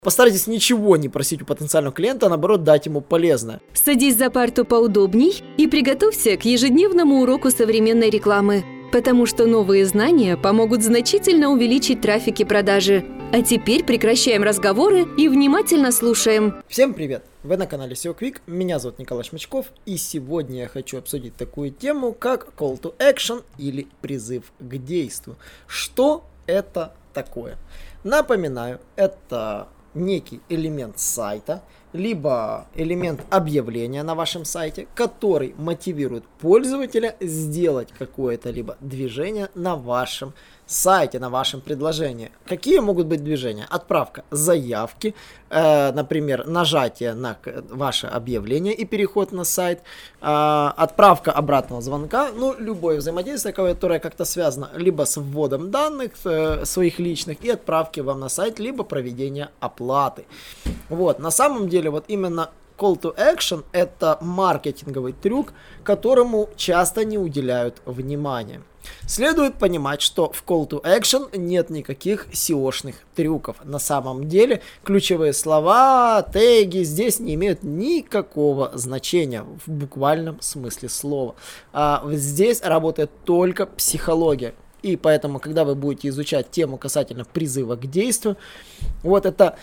Постарайтесь ничего не просить у потенциального клиента, а наоборот дать ему полезное. Садись за парту поудобней и приготовься к ежедневному уроку современной рекламы, потому что новые знания помогут значительно увеличить трафик и продажи. А теперь прекращаем разговоры и внимательно слушаем. Всем привет! Вы на канале SEO Quick, меня зовут Николай Шмачков, и сегодня я хочу обсудить такую тему, как Call to Action или призыв к действию. Что это такое? Напоминаю, это некий элемент сайта, либо элемент объявления на вашем сайте, который мотивирует пользователя сделать какое-то либо движение на вашем сайте, на вашем предложении. Какие могут быть движения? Отправка заявки, например, нажатие на ваше объявление и переход на сайт, отправка обратного звонка, любое взаимодействие, которое как-то связано либо с вводом данных своих личных и отправки вам на сайт, либо проведение оплаты. Вот, на самом деле, вот именно Call to Action – это маркетинговый трюк, которому часто не уделяют внимания. Следует понимать, что в Call to Action нет никаких SEO-шных трюков. На самом деле ключевые слова, теги здесь не имеют никакого значения в буквальном смысле слова. Здесь работает только психология. И поэтому, когда вы будете изучать тему касательно призыва к действию, вот это,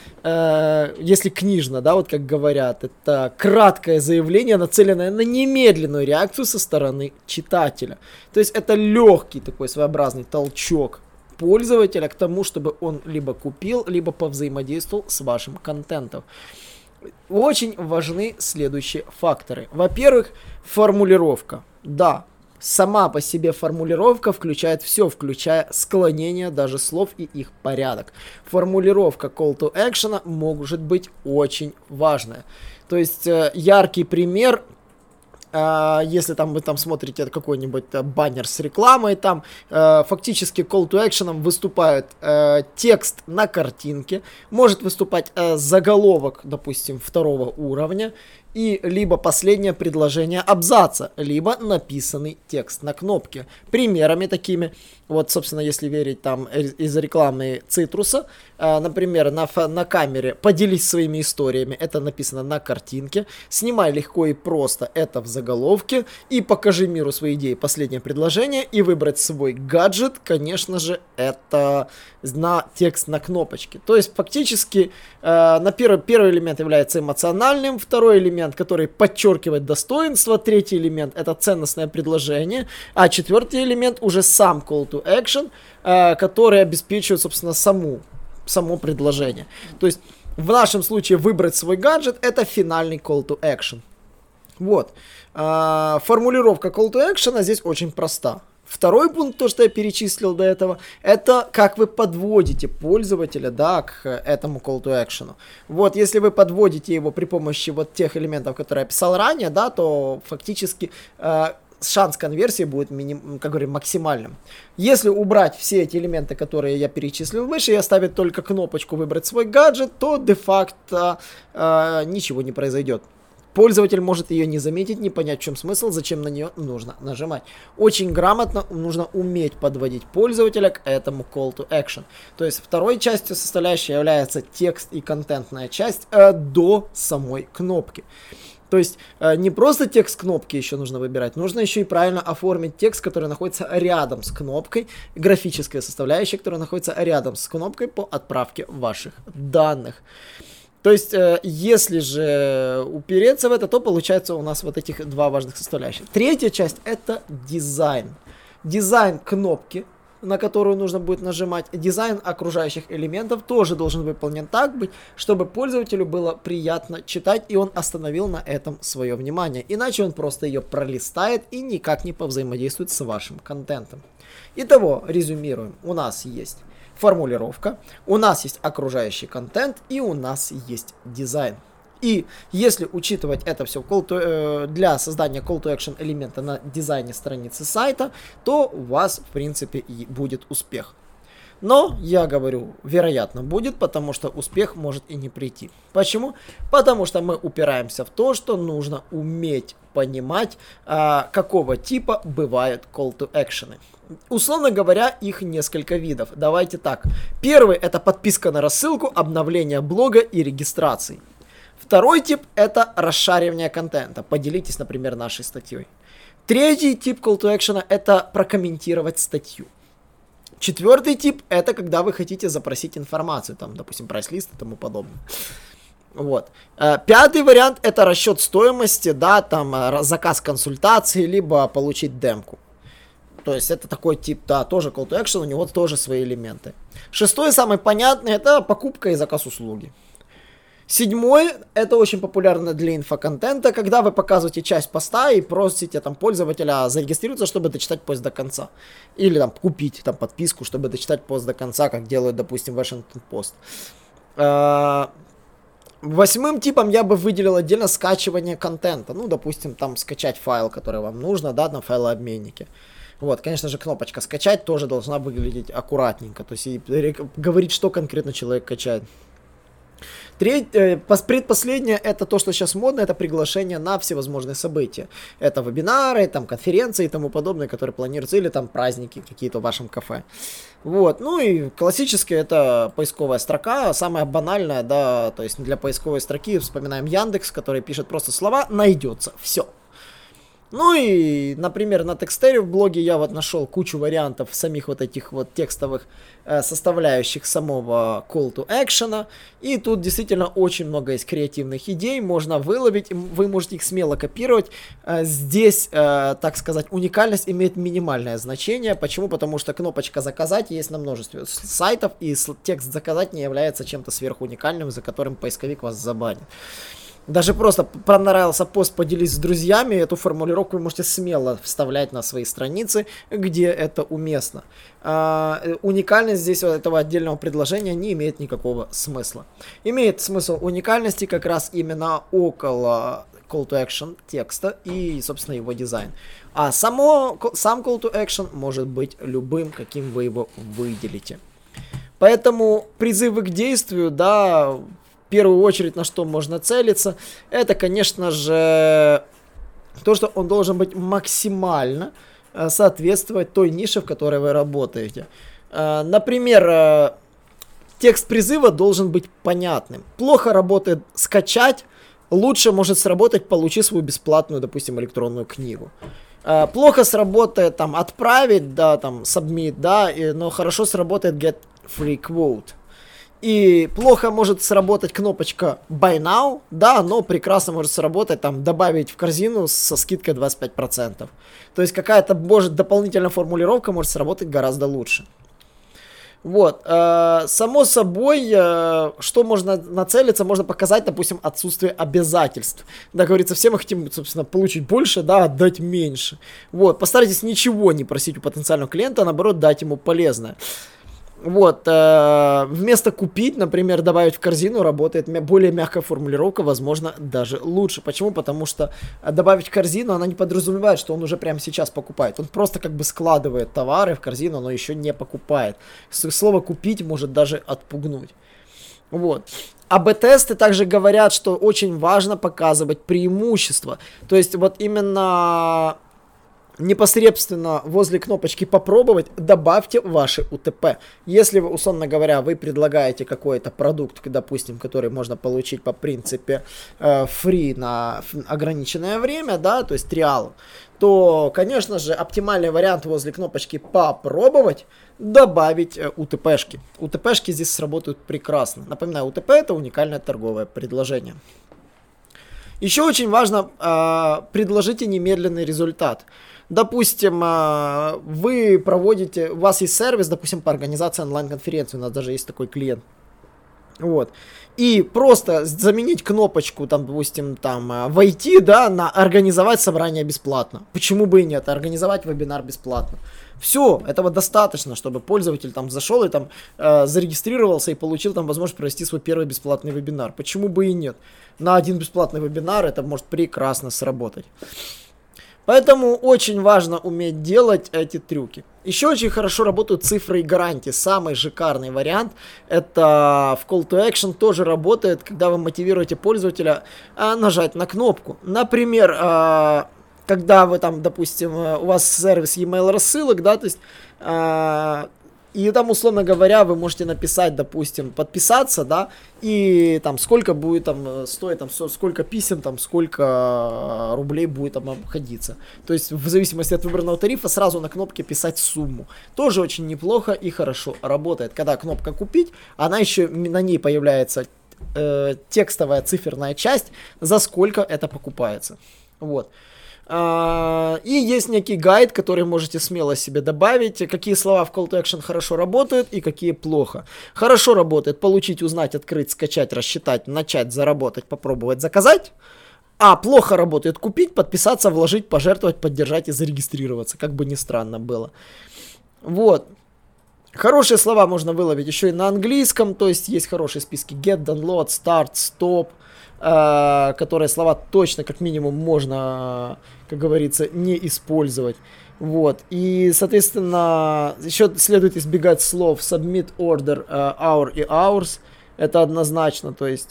если книжно, да, вот как говорят, это краткое заявление, нацеленное на немедленную реакцию со стороны читателя. То есть это легкий такой своеобразный толчок пользователя к тому, чтобы он либо купил, либо повзаимодействовал с вашим контентом. Очень важны следующие факторы. Во-первых, формулировка. Да. Сама по себе формулировка включает все, включая склонение даже слов и их порядок. Формулировка Call to Action может быть очень важная. То есть яркий пример, если там вы там смотрите какой-нибудь баннер с рекламой, там фактически Call to Action выступает текст на картинке, может выступать заголовок, допустим, второго уровня, и либо последнее предложение абзаца, либо написанный текст на кнопке. Примерами такими, вот, собственно, если верить там из рекламы Цитруса, например, на камере «Поделись своими историями», это написано на картинке, «Снимай легко и просто», это в заголовке, и «Покажи миру свои идеи», последнее предложение, и «Выбрать свой гаджет», конечно же, это на текст на кнопочке. То есть, фактически, первый элемент является эмоциональным, второй элемент, который подчеркивает достоинство, третий элемент — это ценностное предложение, а четвертый элемент уже сам Call to Action, который обеспечивает, собственно, само предложение. То есть, в нашем случае «Выбрать свой гаджет» — это финальный Call to Action. Вот. Формулировка Call to Action здесь очень проста. Второй пункт, то, что я перечислил до этого, это как вы подводите пользователя, да, к этому Call to Action. Вот, если вы подводите его при помощи вот тех элементов, которые я описал ранее, да, то фактически шанс конверсии будет, как говорим, максимальным. Если убрать все эти элементы, которые я перечислил выше, и оставить только кнопочку «Выбрать свой гаджет», то де-факто ничего не произойдет. Пользователь может ее не заметить, не понять, в чем смысл, зачем на нее нужно нажимать. Очень грамотно нужно уметь подводить пользователя к этому Call to Action. То есть второй частью составляющей является текст и контентная часть до самой кнопки. То есть не просто текст кнопки еще нужно выбирать, нужно еще и правильно оформить текст, который находится рядом с кнопкой, графическая составляющая, которая находится рядом с кнопкой по отправке ваших данных. То есть, если же упереться в это, то получается у нас вот этих два важных составляющих. Третья часть — это дизайн. Дизайн кнопки, на которую нужно будет нажимать. Дизайн окружающих элементов тоже должен выполнен так быть, чтобы пользователю было приятно читать, и он остановил на этом свое внимание. Иначе он просто ее пролистает и никак не повзаимодействует с вашим контентом. Итого, резюмируем. У нас есть формулировка, у нас есть окружающий контент и у нас есть дизайн. И если учитывать это все для создания Call to Action элемента на дизайне страницы сайта, то у вас, в принципе, и будет успех. Но, я говорю, вероятно будет, потому что успех может и не прийти. Почему? Потому что мы упираемся в то, что нужно уметь понимать, какого типа бывают call to action. Условно говоря, их несколько видов. Давайте так. Первый — это подписка на рассылку, обновление блога и регистрации. Второй тип — это расшаривание контента. Поделитесь, например, нашей статьей. Третий тип call to action — это прокомментировать статью. Четвертый тип — это когда вы хотите запросить информацию, там, допустим, прайс-лист и тому подобное. Вот. Пятый вариант — это расчет стоимости, да, там, заказ консультации, либо получить демку. То есть это такой тип, да, тоже call to action, у него тоже свои элементы. Шестой, самый понятный, это покупка и заказ услуги. Седьмой, это очень популярно для инфоконтента, когда вы показываете часть поста и просите там пользователя зарегистрироваться, чтобы дочитать пост до конца. Или там купить там подписку, чтобы дочитать пост до конца, как делают, допустим, Washington Post. Восьмым типом я бы выделил отдельно скачивание контента. Ну, допустим, там скачать файл, который вам нужно, да, на файлообменнике. Вот, конечно же, кнопочка «Скачать» тоже должна выглядеть аккуратненько. То есть и говорить, что конкретно человек качает. Предпоследнее — это то, что сейчас модно, это приглашение на всевозможные события. Это вебинары, там, конференции и тому подобное, которые планируются, или там праздники какие-то в вашем кафе. Вот, ну и классическая — это поисковая строка, самая банальная, да, то есть для поисковой строки вспоминаем Яндекс, который пишет просто слова «найдется», все. Ну и, например, на Текстере в блоге я вот нашел кучу вариантов самих вот этих вот текстовых составляющих самого call to action. И тут действительно очень много есть креативных идей, можно выловить, вы можете их смело копировать. Здесь, так сказать, уникальность имеет минимальное значение. Почему? Потому что кнопочка «Заказать» есть на множестве сайтов, и текст «Заказать» не является чем-то сверхуникальным, за которым поисковик вас забанит. Даже просто понравился пост, поделись с друзьями, эту формулировку вы можете смело вставлять на свои страницы, где это уместно. Уникальность здесь вот этого отдельного предложения не имеет никакого смысла. Имеет смысл уникальности как раз именно около call to action текста и, собственно, его дизайн. А сам call to action может быть любым, каким вы его выделите. Поэтому призывы к действию, да, в первую очередь, на что можно целиться, это, конечно же, то, что он должен быть максимально соответствовать той нише, в которой вы работаете. Например, текст призыва должен быть понятным. Плохо работает «скачать», лучше может сработать «получи свою бесплатную, допустим, электронную книгу». Плохо сработает там «отправить», да, там «submit», да, но хорошо сработает «get free quote». И плохо может сработать кнопочка Buy Now, да, но прекрасно может сработать там добавить в корзину со скидкой 25%. То есть какая-то, может, дополнительная формулировка может сработать гораздо лучше. Вот, само собой, что можно нацелиться, можно показать, допустим, отсутствие обязательств. Да, говорится, все мы хотим, собственно, получить больше, да, отдать меньше. Вот, постарайтесь ничего не просить у потенциального клиента, а наоборот, дать ему полезное. Вот, вместо купить, например, добавить в корзину, работает более мягкая формулировка, возможно, даже лучше. Почему? Потому что добавить в корзину, она не подразумевает, что он уже прямо сейчас покупает. Он просто как бы складывает товары в корзину, но еще не покупает. Слово «купить» может даже отпугнуть. Вот. АБ-тесты также говорят, что очень важно показывать преимущества. То есть вот именно непосредственно возле кнопочки «Попробовать» добавьте ваши УТП. Если вы, условно говоря, вы предлагаете какой-то продукт, допустим, который можно получить по принципе фри на ограниченное время, да, то есть триал, то, конечно же, оптимальный вариант возле кнопочки «Попробовать» добавить УТПшки. УТПшки здесь сработают прекрасно. Напоминаю, УТП — это уникальное торговое предложение. Еще очень важно, предложите немедленный результат. Допустим, вы проводите, у вас есть сервис, допустим, по организации онлайн-конференции, у нас даже есть такой клиент. Вот. И просто заменить кнопочку, там, допустим, там, войти, да, на организовать собрание бесплатно. Почему бы и нет? Организовать вебинар бесплатно. Все, этого достаточно, чтобы пользователь там зашел и там зарегистрировался и получил там возможность провести свой первый бесплатный вебинар. Почему бы и нет? На один бесплатный вебинар это может прекрасно сработать. Поэтому очень важно уметь делать эти трюки. Еще очень хорошо работают цифры и гарантии. Самый шикарный вариант это в Call to Action тоже работает, когда вы мотивируете пользователя нажать на кнопку. Например, когда вы там, допустим, у вас сервис e-mail рассылок, да, то есть и там, условно говоря, вы можете написать, допустим, подписаться, да, и там сколько будет там стоить, там сколько писем, там сколько рублей будет там обходиться. То есть в зависимости от выбранного тарифа сразу на кнопке писать сумму. Тоже очень неплохо и хорошо работает. Когда кнопка «Купить», она еще, на ней появляется текстовая циферная часть, за сколько это покупается. Вот. И есть некий гайд, который можете смело себе добавить, какие слова в Call to Action хорошо работают и какие плохо. Хорошо работает получить, узнать, открыть, скачать, рассчитать, начать, заработать, попробовать, заказать. А плохо работает купить, подписаться, вложить, пожертвовать, поддержать и зарегистрироваться, как бы ни странно было. Вот. Хорошие слова можно выловить еще и на английском, то есть есть хорошие списки get, download, start, stop, которые слова точно как минимум можно, как говорится, не использовать. Вот. И, соответственно, еще следует избегать слов submit, order, hour и hours. Это однозначно, то есть.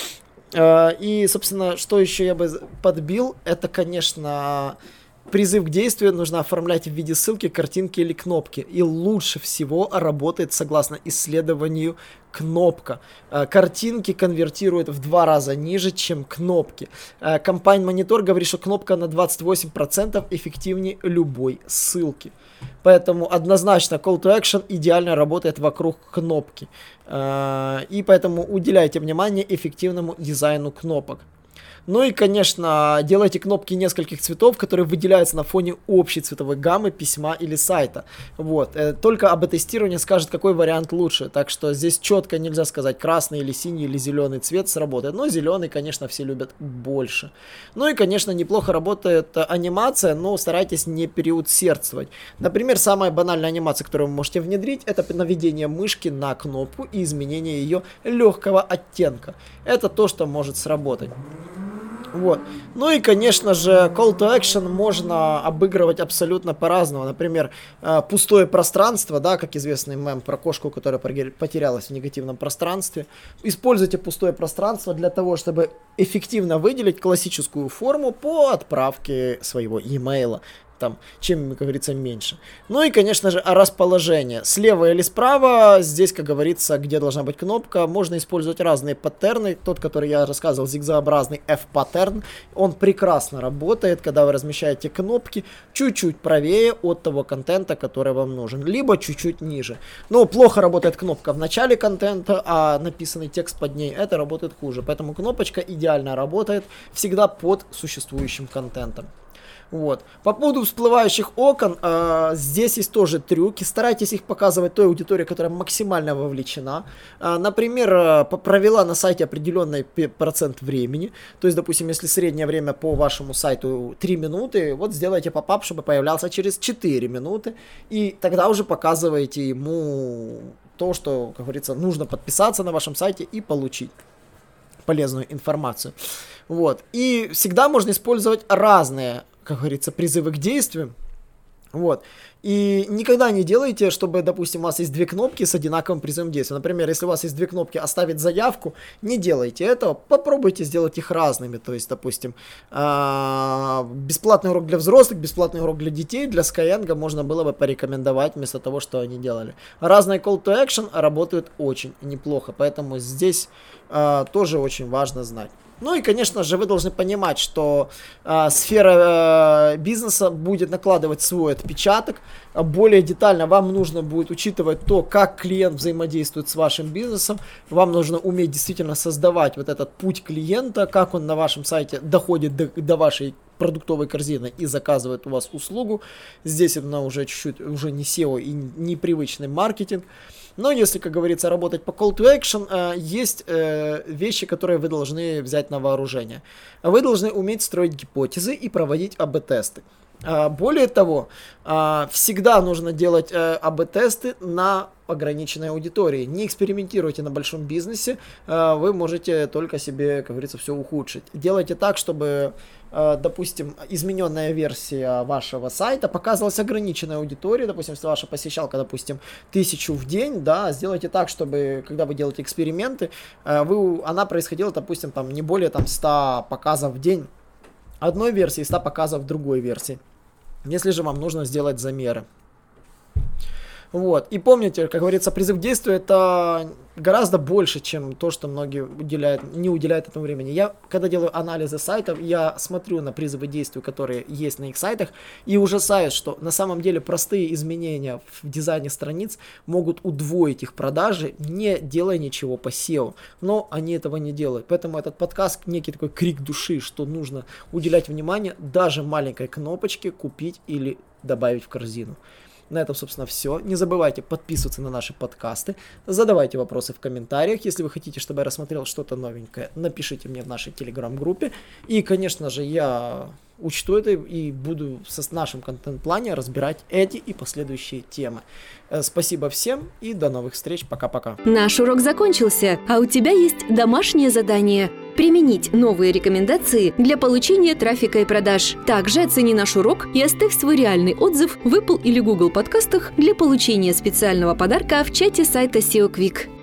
И, собственно, что еще я бы подбил, это, конечно, призыв к действию нужно оформлять в виде ссылки, картинки или кнопки. И лучше всего работает, согласно исследованию, кнопка. Картинки конвертируют в 2 раза ниже, чем кнопки. Campaign Monitor говорит, что кнопка на 28% эффективнее любой ссылки. Поэтому однозначно Call to Action идеально работает вокруг кнопки. И поэтому уделяйте внимание эффективному дизайну кнопок. Ну и, конечно, делайте кнопки нескольких цветов, которые выделяются на фоне общей цветовой гаммы письма или сайта. Вот. Только об тестировании скажет, какой вариант лучше. Так что здесь четко нельзя сказать, красный или синий или зеленый цвет сработает. Но зеленый, конечно, все любят больше. Ну и, конечно, неплохо работает анимация, но старайтесь не переусердствовать. Например, самая банальная анимация, которую вы можете внедрить, это наведение мышки на кнопку и изменение ее легкого оттенка. Это то, что может сработать. Вот. Ну и, конечно же, Call to Action можно обыгрывать абсолютно по-разному. Например, пустое пространство, да, как известный мем про кошку, которая потерялась в негативном пространстве. Используйте пустое пространство для того, чтобы эффективно выделить классическую форму по отправке своего e-mail. Там, чем, как говорится, меньше. Ну и, конечно же, расположение. Слева или справа, здесь, как говорится, где должна быть кнопка, можно использовать разные паттерны. Тот, который я рассказывал, зигзагообразный F-паттерн, он прекрасно работает, когда вы размещаете кнопки чуть-чуть правее от того контента, который вам нужен, либо чуть-чуть ниже. Но плохо работает кнопка в начале контента, а написанный текст под ней, это работает хуже. Поэтому кнопочка идеально работает всегда под существующим контентом. Вот. По поводу всплывающих окон, здесь есть тоже трюки. Старайтесь их показывать той аудитории, которая максимально вовлечена. Например, провела на сайте определенный процент времени. То есть, допустим, если среднее время по вашему сайту 3 минуты, вот сделайте поп-ап, чтобы появлялся через 4 минуты. И тогда уже показываете ему то, что, как говорится, нужно подписаться на вашем сайте и получить полезную информацию. Вот. И всегда можно использовать разные, как говорится, призывы к действию. Вот. И никогда не делайте, чтобы, допустим, у вас есть 2 кнопки с одинаковым призывом действия. Например, если у вас есть 2 кнопки «Оставить заявку», не делайте этого, попробуйте сделать их разными. То есть, допустим, бесплатный урок для взрослых, бесплатный урок для детей, для Skyeng можно было бы порекомендовать вместо того, что они делали. Разные Call to Action работают очень неплохо, поэтому здесь тоже очень важно знать. Ну и, конечно же, вы должны понимать, что сфера бизнеса будет накладывать свой отпечаток. Более детально вам нужно будет учитывать то, как клиент взаимодействует с вашим бизнесом. Вам нужно уметь действительно создавать вот этот путь клиента, как он на вашем сайте доходит до вашей продуктовой корзины и заказывает у вас услугу. Здесь это уже чуть-чуть уже не SEO и непривычный маркетинг. Но если, как говорится, работать по Call to Action, есть вещи, которые вы должны взять на вооружение. Вы должны уметь строить гипотезы и проводить АБ-тесты. Более того, всегда нужно делать АБ-тесты на ограниченной аудитории. Не экспериментируйте на большом бизнесе, вы можете только себе, как говорится, все ухудшить. Делайте так, чтобы, допустим, измененная версия вашего сайта показывалась ограниченной аудитории. Допустим, если ваша посещалка, допустим, 1000 в день, да, сделайте так, чтобы, когда вы делаете эксперименты, она происходила, допустим, там, не более 100 показов в день одной версии, 100 показов другой версии. Если же вам нужно сделать замеры. Вот. И помните, как говорится, призыв к действию это гораздо больше, чем то, что многие не уделяют этому времени. Я, когда делаю анализы сайтов, я смотрю на призывы к действию, которые есть на их сайтах, и ужасаюсь, что на самом деле простые изменения в дизайне страниц могут удвоить их продажи, не делая ничего по SEO. Но они этого не делают. Поэтому этот подкаст некий такой крик души, что нужно уделять внимание даже маленькой кнопочке «Купить» или «Добавить в корзину». На этом, собственно, все. Не забывайте подписываться на наши подкасты, задавайте вопросы в комментариях. Если вы хотите, чтобы я рассмотрел что-то новенькое, напишите мне в нашей телеграм-группе. И, конечно же, я учту это и буду в нашем контент-плане разбирать эти и последующие темы. Спасибо всем и до новых встреч. Пока-пока. Наш урок закончился, а у тебя есть домашнее задание – применить новые рекомендации для получения трафика и продаж. Также оцени наш урок и оставь свой реальный отзыв в Apple или Google подкастах для получения специального подарка в чате сайта SEO Quick.